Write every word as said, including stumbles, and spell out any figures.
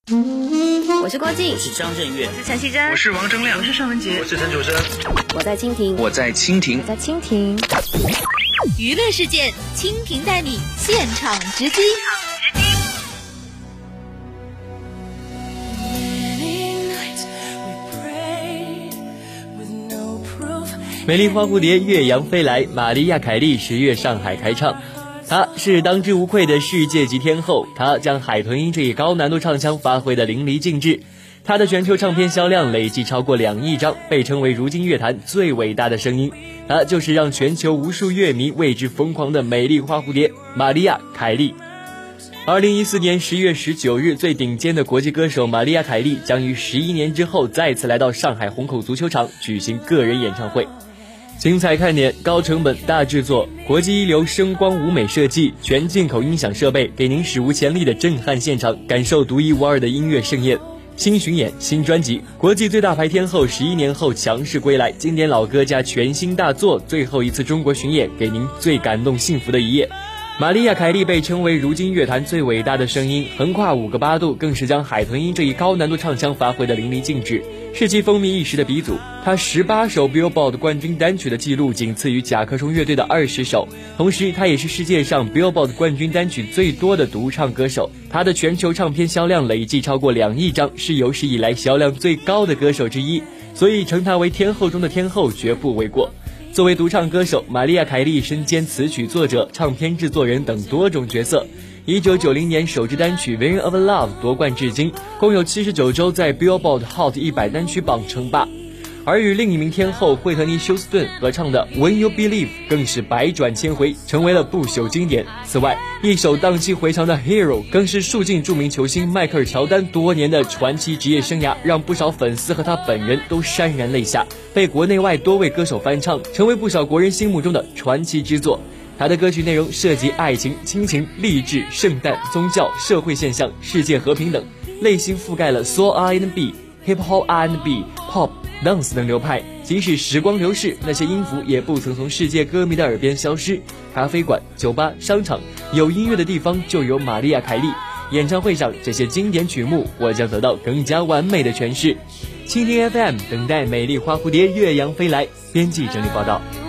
我是郭靖， 我是张震岳， 我是陈绮贞， 我是王铮亮， 我是尚雯婕， 我是陈楚生。 我在蜻蜓， 我在蜻蜓， 我在蜻蜓。 娱乐事件，蜻蜓带你现场直击。 美丽花蝴蝶岳阳飞来，玛丽亚凯莉十月上海开唱。她是当之无愧的世界级天后，她将海豚音这一高难度唱腔发挥得淋漓尽致。她的全球唱片销量累计超过两亿张，被称为如今乐坛最伟大的声音。她就是让全球无数乐迷为之疯狂的美丽花蝴蝶玛丽亚凯莉。二零一四年十月十九日，最顶尖的国际歌手玛丽亚凯莉将于十一年之后再次来到上海虹口足球场举行个人演唱会。精彩看点，高成本大制作，国际一流声光舞美设计，全进口音响设备，给您史无前例的震撼现场，感受独一无二的音乐盛宴。新巡演，新专辑，国际最大牌天后十一年后强势归来，经典老歌加全新大作，最后一次中国巡演，给您最感动幸福的一夜。玛丽亚凯莉被称为如今乐坛最伟大的声音，横跨五个八度，更是将海豚音这一高难度唱腔发挥得淋漓尽致，是其风靡一时的鼻祖。她十八首 Billboard 冠军单曲的记录仅次于甲壳虫乐队的二十首，同时她也是世界上 Billboard 冠军单曲最多的独唱歌手。她的全球唱片销量累计超过两亿张，是有史以来销量最高的歌手之一，所以称她为天后中的天后绝不为过。作为独唱歌手，玛丽亚凯莉身兼词曲作者、唱片制作人等多种角色。一九九零年首支单曲《Vision of Love》夺冠至今，共有七十九周在 Billboard Hot 一百单曲榜称霸。而与另一名天后惠特尼·休斯顿合唱的《When You Believe》更是百转千回，成为了不朽经典。此外，一首荡气回肠的《Hero》更是数尽著名球星迈克尔·乔丹多年的传奇职业生涯，让不少粉丝和他本人都潸然泪下，被国内外多位歌手翻唱，成为不少国人心目中的传奇之作。他的歌曲内容涉及爱情、亲情、励志、圣诞、宗教、社会现象、世界和平等，类型覆盖了 Soul R and B、Hip Hop R and B、Pop、Dance 等流派。即使时光流逝，那些音符也不曾从世界歌迷的耳边消失。咖啡馆、酒吧、商场，有音乐的地方就有玛丽亚凯莉。演唱会上，这些经典曲目或将得到更加完美的诠释。蜻蜓 F M 等待美丽花蝴蝶岳阳飞来。编辑整理报道。